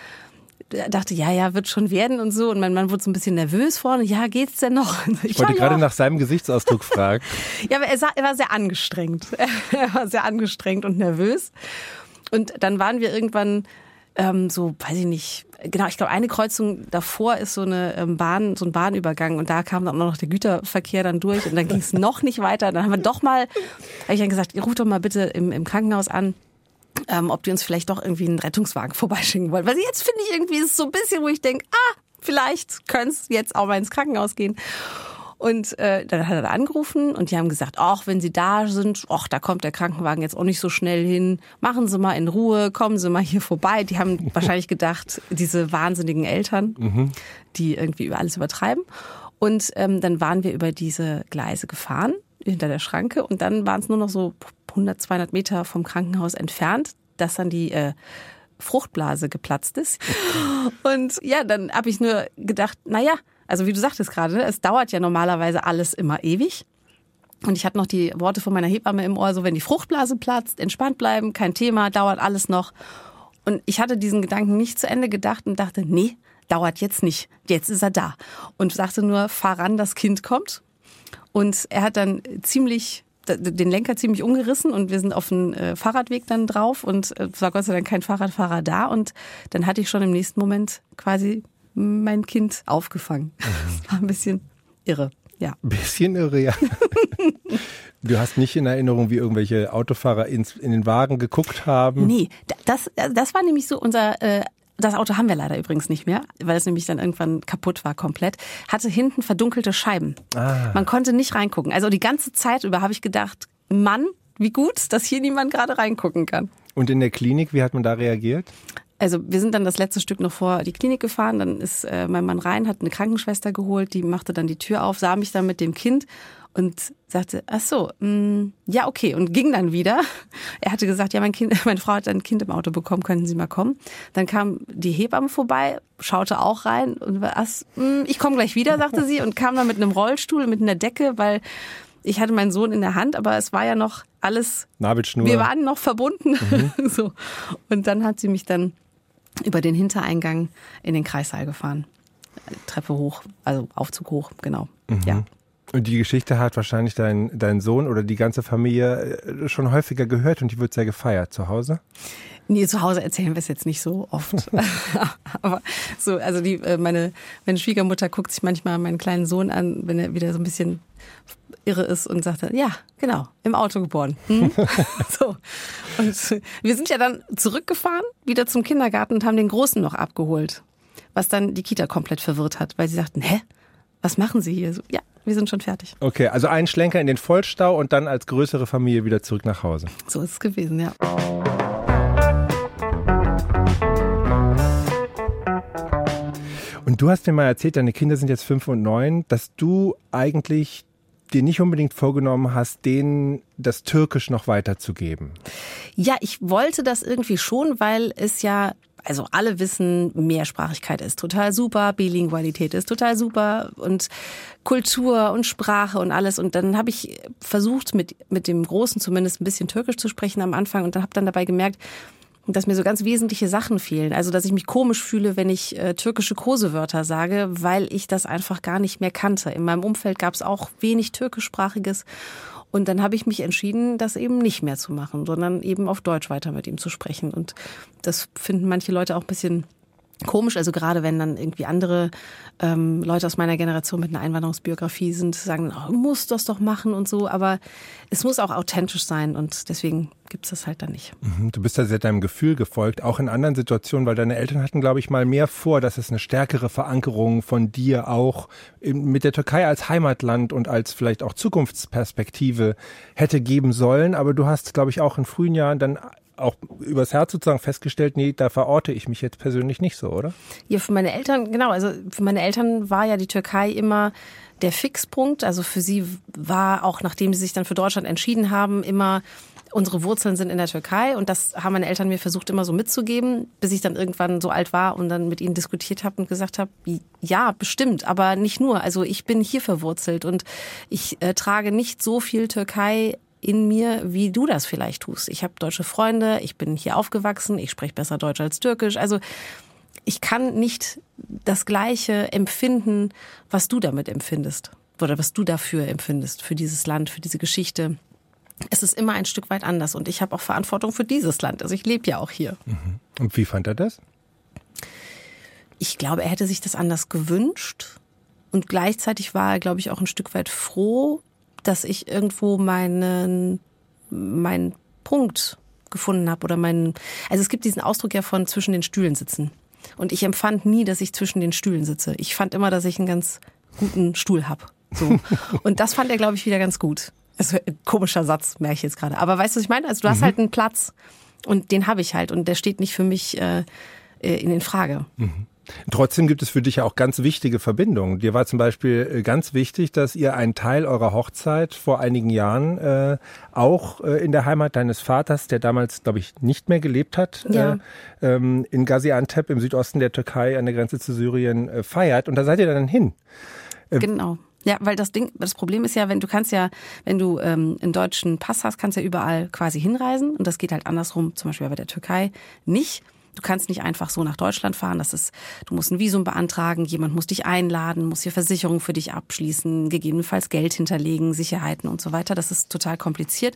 dachte, ja, wird schon werden und so. Und mein Mann wurde so ein bisschen nervös vorne. Ja, geht's denn noch? Ich wollte gerade nach seinem Gesichtsausdruck fragen. Ja, aber er war sehr angestrengt. Er war sehr angestrengt und nervös. Und dann waren wir irgendwann so, weiß ich nicht, genau, ich glaube, eine Kreuzung davor ist so eine Bahn, so ein Bahnübergang und da kam dann auch noch der Güterverkehr dann durch und dann ging es noch nicht weiter. Dann haben wir habe ich dann gesagt, ruf doch mal bitte im Krankenhaus an, ob die uns vielleicht doch irgendwie einen Rettungswagen vorbeischicken wollen. Weil jetzt finde ich irgendwie, ist es so ein bisschen, wo ich denke, vielleicht können es jetzt auch mal ins Krankenhaus gehen. Und dann hat er da angerufen und die haben gesagt, ach, wenn Sie da sind, da kommt der Krankenwagen jetzt auch nicht so schnell hin. Machen Sie mal in Ruhe, kommen Sie mal hier vorbei. Die haben wahrscheinlich gedacht, diese wahnsinnigen Eltern, die irgendwie alles übertreiben. Und dann waren wir über diese Gleise gefahren, hinter der Schranke. Und dann waren es nur noch so 100, 200 Meter vom Krankenhaus entfernt, dass dann die Fruchtblase geplatzt ist. Und ja, dann habe ich nur gedacht, naja, also wie du sagtest gerade, es dauert ja normalerweise alles immer ewig. Und ich hatte noch die Worte von meiner Hebamme im Ohr, so wenn die Fruchtblase platzt, entspannt bleiben, kein Thema, dauert alles noch. Und ich hatte diesen Gedanken nicht zu Ende gedacht und dachte, nee, dauert jetzt nicht, jetzt ist er da. Und sagte nur, fahr ran, das Kind kommt. Und er hat dann den Lenker ziemlich umgerissen und wir sind auf den Fahrradweg dann drauf und es war Gott sei Dank kein Fahrradfahrer da und dann hatte ich schon im nächsten Moment quasi mein Kind aufgefangen. Das war ein bisschen irre, ja. Ein bisschen irre, ja. Du hast nicht in Erinnerung, wie irgendwelche Autofahrer in den Wagen geguckt haben? Nee, das war nämlich so das Auto haben wir leider übrigens nicht mehr, weil es nämlich dann irgendwann kaputt war komplett. Hatte hinten verdunkelte Scheiben. Man konnte nicht reingucken. Also die ganze Zeit über habe ich gedacht, Mann, wie gut, dass hier niemand gerade reingucken kann. Und in der Klinik, wie hat man da reagiert? Also wir sind dann das letzte Stück noch vor die Klinik gefahren. Dann ist mein Mann rein, hat eine Krankenschwester geholt, die machte dann die Tür auf, sah mich dann mit dem Kind und sagte, ach so, ja okay, und ging dann wieder. Er hatte gesagt, ja, meine Frau hat ein Kind im Auto bekommen, könnten Sie mal kommen. Dann kam die Hebamme vorbei, schaute auch rein und ich komme gleich wieder, sagte sie und kam dann mit einem Rollstuhl, mit einer Decke, weil ich hatte meinen Sohn in der Hand, aber es war ja noch alles, Nabelschnur. Wir waren noch verbunden. So. Und dann hat sie mich dann über den Hintereingang in den Kreissaal gefahren. Treppe hoch, also Aufzug hoch, genau. Ja. Und die Geschichte hat wahrscheinlich dein Sohn oder die ganze Familie schon häufiger gehört und die wird sehr gefeiert zu Hause? Nee, zu Hause erzählen wir es jetzt nicht so oft. Aber so, also meine Schwiegermutter guckt sich manchmal meinen kleinen Sohn an, wenn er wieder so ein bisschen irre ist und sagt, ja, genau, im Auto geboren. So. Und wir sind ja dann zurückgefahren, wieder zum Kindergarten und haben den Großen noch abgeholt. Was dann die Kita komplett verwirrt hat, weil sie sagten, was machen Sie hier? So, ja, wir sind schon fertig. Okay, also einen Schlenker in den Vollstau und dann als größere Familie wieder zurück nach Hause. So ist es gewesen, ja. Und du hast mir mal erzählt, deine Kinder sind jetzt 5 und 9, dass du eigentlich dir nicht unbedingt vorgenommen hast, denen das Türkisch noch weiterzugeben. Ja, ich wollte das irgendwie schon, weil es ja Also alle wissen, Mehrsprachigkeit ist total super, Bilingualität ist total super und Kultur und Sprache und alles. Und dann habe ich versucht, mit dem Großen zumindest ein bisschen Türkisch zu sprechen am Anfang und habe dann dabei gemerkt, dass mir so ganz wesentliche Sachen fehlen. Also, dass ich mich komisch fühle, wenn ich türkische Kosewörter sage, weil ich das einfach gar nicht mehr kannte. In meinem Umfeld gab es auch wenig türkischsprachiges. Und dann habe ich mich entschieden, das eben nicht mehr zu machen, sondern eben auf Deutsch weiter mit ihm zu sprechen. Und das finden manche Leute auch ein bisschen komisch. Also gerade wenn dann irgendwie andere Leute aus meiner Generation mit einer Einwanderungsbiografie sind, sagen, oh, du musst das doch machen und so. Aber es muss auch authentisch sein und deswegen gibt es das halt dann nicht. Du bist da sehr deinem Gefühl gefolgt, auch in anderen Situationen, weil deine Eltern hatten, glaube ich, mal mehr vor, dass es eine stärkere Verankerung von dir auch mit der Türkei als Heimatland und als vielleicht auch Zukunftsperspektive hätte geben sollen. Aber du hast, glaube ich, auch in frühen Jahren dann auch übers Herz sozusagen festgestellt, nee, da verorte ich mich jetzt persönlich nicht so, oder? Ja, für meine Eltern, genau, also für meine Eltern war ja die Türkei immer der Fixpunkt. Also für sie war auch, nachdem sie sich dann für Deutschland entschieden haben, immer unsere Wurzeln sind in der Türkei und das haben meine Eltern mir versucht immer so mitzugeben, bis ich dann irgendwann so alt war und dann mit ihnen diskutiert habe und gesagt habe, ja, bestimmt, aber nicht nur. Also ich bin hier verwurzelt und ich trage nicht so viel Türkei in mir, wie du das vielleicht tust. Ich habe deutsche Freunde, ich bin hier aufgewachsen, ich spreche besser Deutsch als Türkisch. Also ich kann nicht das Gleiche empfinden, was du damit empfindest oder was du dafür empfindest, für dieses Land, für diese Geschichte. Es ist immer ein Stück weit anders und ich habe auch Verantwortung für dieses Land. Also ich lebe ja auch hier. Und wie fand er das? Ich glaube, er hätte sich das anders gewünscht und gleichzeitig war er, glaube ich, auch ein Stück weit froh, dass ich irgendwo meinen Punkt gefunden habe oder also es gibt diesen Ausdruck ja von zwischen den Stühlen sitzen. Und ich empfand nie, dass ich zwischen den Stühlen sitze. Ich fand immer, dass ich einen ganz guten Stuhl habe. So. Und das fand er, glaube ich, wieder ganz gut. Also ein komischer Satz, merke ich jetzt gerade. Aber weißt du, was ich meine? Also du hast halt einen Platz und den habe ich halt und der steht nicht für mich in Frage. Trotzdem gibt es für dich ja auch ganz wichtige Verbindungen. Dir war zum Beispiel ganz wichtig, dass ihr einen Teil eurer Hochzeit vor einigen Jahren auch in der Heimat deines Vaters, der damals, glaube ich, nicht mehr gelebt hat, ja. In Gaziantep im Südosten der Türkei an der Grenze zu Syrien feiert. Und da seid ihr dann hin. Genau. Ja, weil das Problem ist ja, wenn du einen deutschen Pass hast, kannst du ja überall quasi hinreisen. Und das geht halt andersrum, zum Beispiel bei der Türkei nicht. Du kannst nicht einfach so nach Deutschland fahren. Du musst ein Visum beantragen, jemand muss dich einladen, muss hier Versicherung für dich abschließen, gegebenenfalls Geld hinterlegen, Sicherheiten und so weiter. Das ist total kompliziert.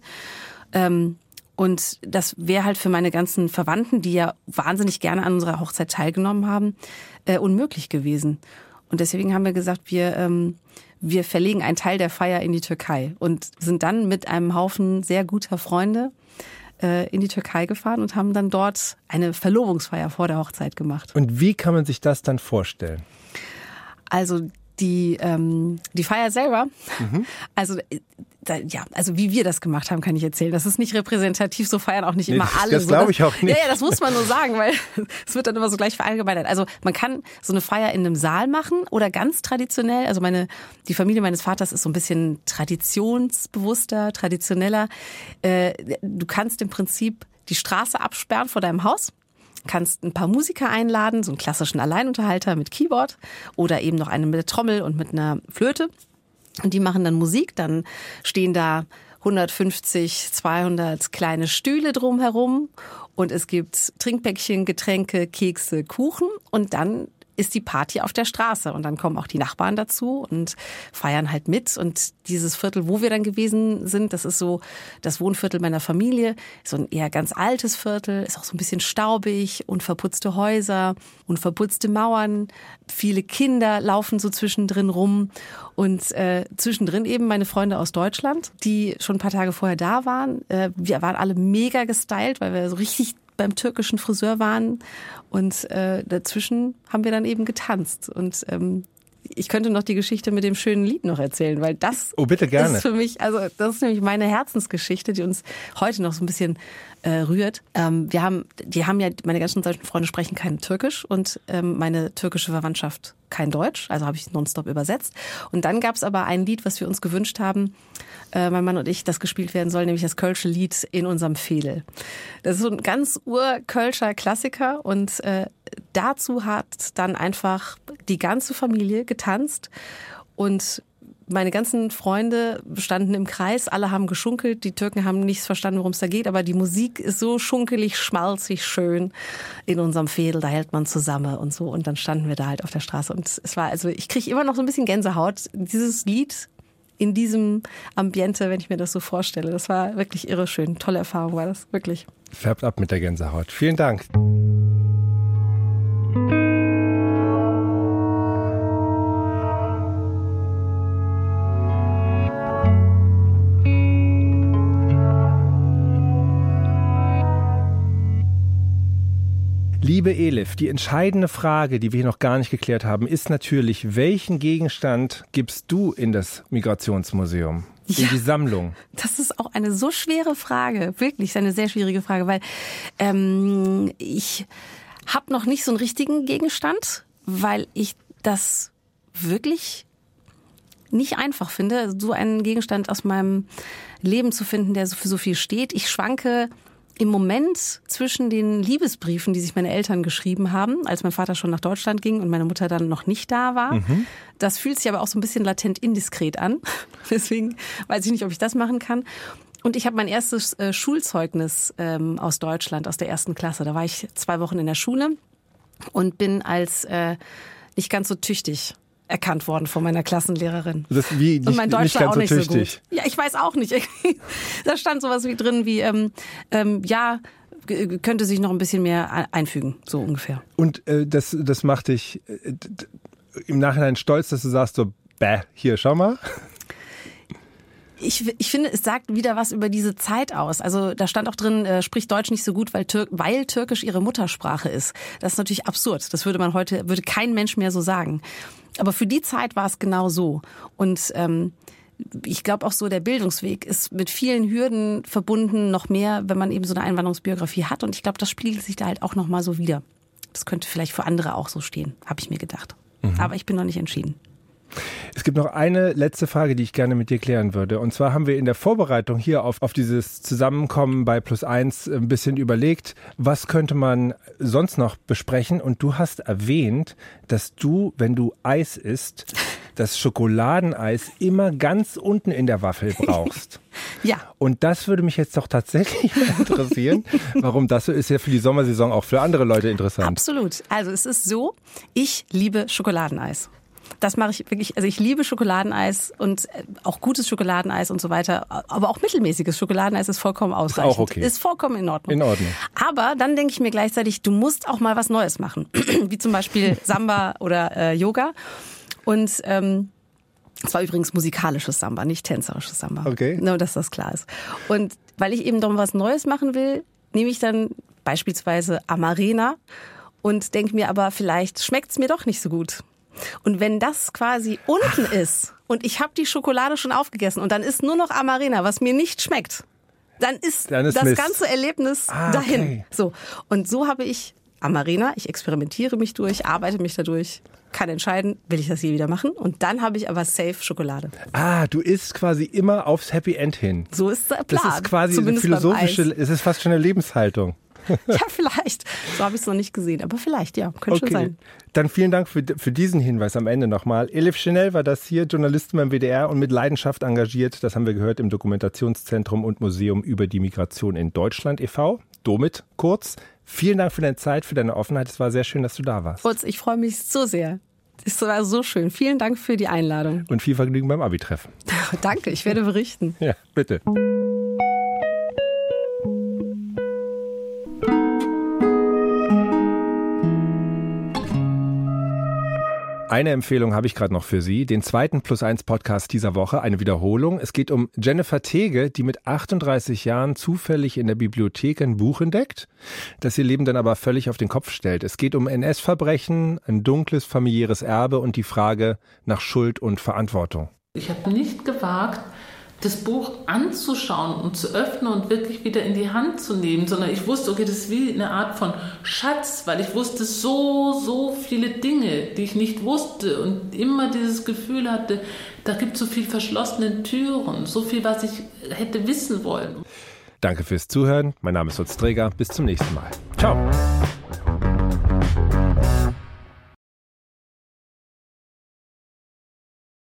Und das wäre halt für meine ganzen Verwandten, die ja wahnsinnig gerne an unserer Hochzeit teilgenommen haben, unmöglich gewesen. Und deswegen haben wir gesagt, wir verlegen einen Teil der Feier in die Türkei und sind dann mit einem Haufen sehr guter Freunde in die Türkei gefahren und haben dann dort eine Verlobungsfeier vor der Hochzeit gemacht. Und wie kann man sich das dann vorstellen? Also die Feier selber, also wie wir das gemacht haben, kann ich erzählen. Das ist nicht repräsentativ, so feiern auch nicht immer alle. Das glaube ich auch nicht. Ja, das muss man nur sagen, weil es wird dann immer so gleich verallgemeinert. Also man kann so eine Feier in einem Saal machen oder ganz traditionell. Also die Familie meines Vaters ist so ein bisschen traditionsbewusster, traditioneller. Du kannst im Prinzip die Straße absperren vor deinem Haus. Kannst ein paar Musiker einladen, so einen klassischen Alleinunterhalter mit Keyboard oder eben noch einen mit der Trommel und mit einer Flöte. Und die machen dann Musik, dann stehen da 150, 200 kleine Stühle drumherum und es gibt Trinkpäckchen, Getränke, Kekse, Kuchen und dann ist die Party auf der Straße und dann kommen auch die Nachbarn dazu und feiern halt mit und dieses Viertel, wo wir dann gewesen sind, das ist so das Wohnviertel meiner Familie, so ein eher ganz altes Viertel, ist auch so ein bisschen staubig, unverputzte Häuser, unverputzte Mauern, viele Kinder laufen so zwischendrin rum und zwischendrin eben meine Freunde aus Deutschland, die schon ein paar Tage vorher da waren. Wir waren alle mega gestylt, weil wir so richtig beim türkischen Friseur waren und dazwischen haben wir dann eben getanzt und ich könnte noch die Geschichte mit dem schönen Lied noch erzählen, weil das bitte gerne. ist für mich, also das ist nämlich meine Herzensgeschichte, die uns heute noch so ein bisschen rührt. Die haben ja, meine ganzen deutschen Freunde sprechen kein Türkisch und meine türkische Verwandtschaft kein Deutsch, also habe ich nonstop übersetzt. Und dann gab es aber ein Lied, was wir uns gewünscht haben, mein Mann und ich, das gespielt werden soll, nämlich das Kölsche Lied in unserem Veedel. Das ist so ein ganz urkölscher Klassiker und dazu hat dann einfach die ganze Familie getanzt und meine ganzen Freunde standen im Kreis, alle haben geschunkelt, die Türken haben nichts verstanden, worum es da geht, aber die Musik ist so schunkelig, schmalzig, schön in unserem Veedel, da hält man zusammen und so und dann standen wir da halt auf der Straße und es war, also ich kriege immer noch so ein bisschen Gänsehaut, dieses Lied in diesem Ambiente, wenn ich mir das so vorstelle, das war wirklich irre schön, tolle Erfahrung war das, wirklich. Färbt ab mit der Gänsehaut. Vielen Dank. Liebe Elif, die entscheidende Frage, die wir hier noch gar nicht geklärt haben, ist natürlich, welchen Gegenstand gibst du in das Migrationsmuseum, in die Sammlung? Das ist auch eine so schwere Frage, wirklich eine sehr schwierige Frage, weil ich habe noch nicht so einen richtigen Gegenstand, weil ich das wirklich nicht einfach finde, so einen Gegenstand aus meinem Leben zu finden, der so für so viel steht. Ich schwanke im Moment zwischen den Liebesbriefen, die sich meine Eltern geschrieben haben, als mein Vater schon nach Deutschland ging und meine Mutter dann noch nicht da war. Mhm. Das fühlt sich aber auch so ein bisschen latent indiskret an. Deswegen weiß ich nicht, ob ich das machen kann. Und ich habe mein erstes Schulzeugnis aus Deutschland, aus der 1. Klasse. Da war ich 2 Wochen in der Schule und bin als nicht ganz so tüchtig erkannt worden von meiner Klassenlehrerin. Das wie nicht, und mein Deutsch war auch nicht so gut. Ja, ich weiß auch nicht. Da stand sowas wie drin wie, ja, könnte sich noch ein bisschen mehr einfügen, so ungefähr. Und das macht dich im Nachhinein stolz, dass du sagst so, hier, schau mal. Ich finde, es sagt wieder was über diese Zeit aus. Also da stand auch drin, spricht Deutsch nicht so gut, weil Türkisch ihre Muttersprache ist. Das ist natürlich absurd. Das würde kein Mensch mehr so sagen. Aber für die Zeit war es genau so. Und ich glaube auch so, der Bildungsweg ist mit vielen Hürden verbunden, noch mehr, wenn man eben so eine Einwanderungsbiografie hat. Und ich glaube, das spiegelt sich da halt auch nochmal so wider. Das könnte vielleicht für andere auch so stehen, habe ich mir gedacht. Mhm. Aber ich bin noch nicht entschieden. Es gibt noch eine letzte Frage, die ich gerne mit dir klären würde. Und zwar haben wir in der Vorbereitung hier auf dieses Zusammenkommen bei +1 ein bisschen überlegt, was könnte man sonst noch besprechen. Und du hast erwähnt, dass du, wenn du Eis isst, das Schokoladeneis immer ganz unten in der Waffel brauchst. Ja. Und das würde mich jetzt doch tatsächlich interessieren. Warum das so ist, ja für die Sommersaison auch für andere Leute interessant. Absolut. Also es ist so, ich liebe Schokoladeneis. Das mache ich wirklich, also ich liebe Schokoladeneis und auch gutes Schokoladeneis und so weiter, aber auch mittelmäßiges Schokoladeneis ist vollkommen ausreichend. Ist auch okay. Ist vollkommen in Ordnung. In Ordnung. Aber dann denke ich mir gleichzeitig, du musst auch mal was Neues machen, wie zum Beispiel Samba oder Yoga. Und es war übrigens musikalisches Samba, nicht tänzerisches Samba. Okay. Nur, dass das klar ist. Und weil ich eben doch was Neues machen will, nehme ich dann beispielsweise Amarena und denke mir aber, vielleicht schmeckt es mir doch nicht so gut. Und wenn das quasi unten ist und ich habe die Schokolade schon aufgegessen und dann ist nur noch Amarena, was mir nicht schmeckt, dann ist das Mist. ganze Erlebnis dahin. Okay. So. Und so habe ich Amarena, ich experimentiere mich durch, arbeite mich dadurch, kann entscheiden, will ich das je wieder machen. Und dann habe ich aber safe Schokolade. Du isst quasi immer aufs Happy End hin. So ist der Plan. Das ist quasi eine philosophische, es ist fast schon eine Lebenshaltung. Ja, vielleicht. So habe ich es noch nicht gesehen, aber vielleicht, ja, könnte schon sein. Dann vielen Dank für diesen Hinweis am Ende nochmal. Elif Schnell war das hier, Journalistin beim WDR und mit Leidenschaft engagiert. Das haben wir gehört im Dokumentationszentrum und Museum über die Migration in Deutschland e.V., DOMIT kurz. Vielen Dank für deine Zeit, für deine Offenheit. Es war sehr schön, dass du da warst. Utz, ich freue mich so sehr. Es war so schön. Vielen Dank für die Einladung. Und viel Vergnügen beim Abi-Treffen. Danke, ich werde berichten. Ja, bitte. Eine Empfehlung habe ich gerade noch für Sie, den zweiten Plus1 Podcast dieser Woche, eine Wiederholung. Es geht um Jennifer Tege, die mit 38 Jahren zufällig in der Bibliothek ein Buch entdeckt, das ihr Leben dann aber völlig auf den Kopf stellt. Es geht um NS-Verbrechen, ein dunkles familiäres Erbe und die Frage nach Schuld und Verantwortung. Ich habe nicht gewagt, das Buch anzuschauen und zu öffnen und wirklich wieder in die Hand zu nehmen, sondern ich wusste, okay, das ist wie eine Art von Schatz, weil ich wusste so viele Dinge, die ich nicht wusste und immer dieses Gefühl hatte, da gibt es so viel verschlossene Türen, so viel, was ich hätte wissen wollen. Danke fürs Zuhören. Mein Name ist Lutz Träger. Bis zum nächsten Mal. Ciao.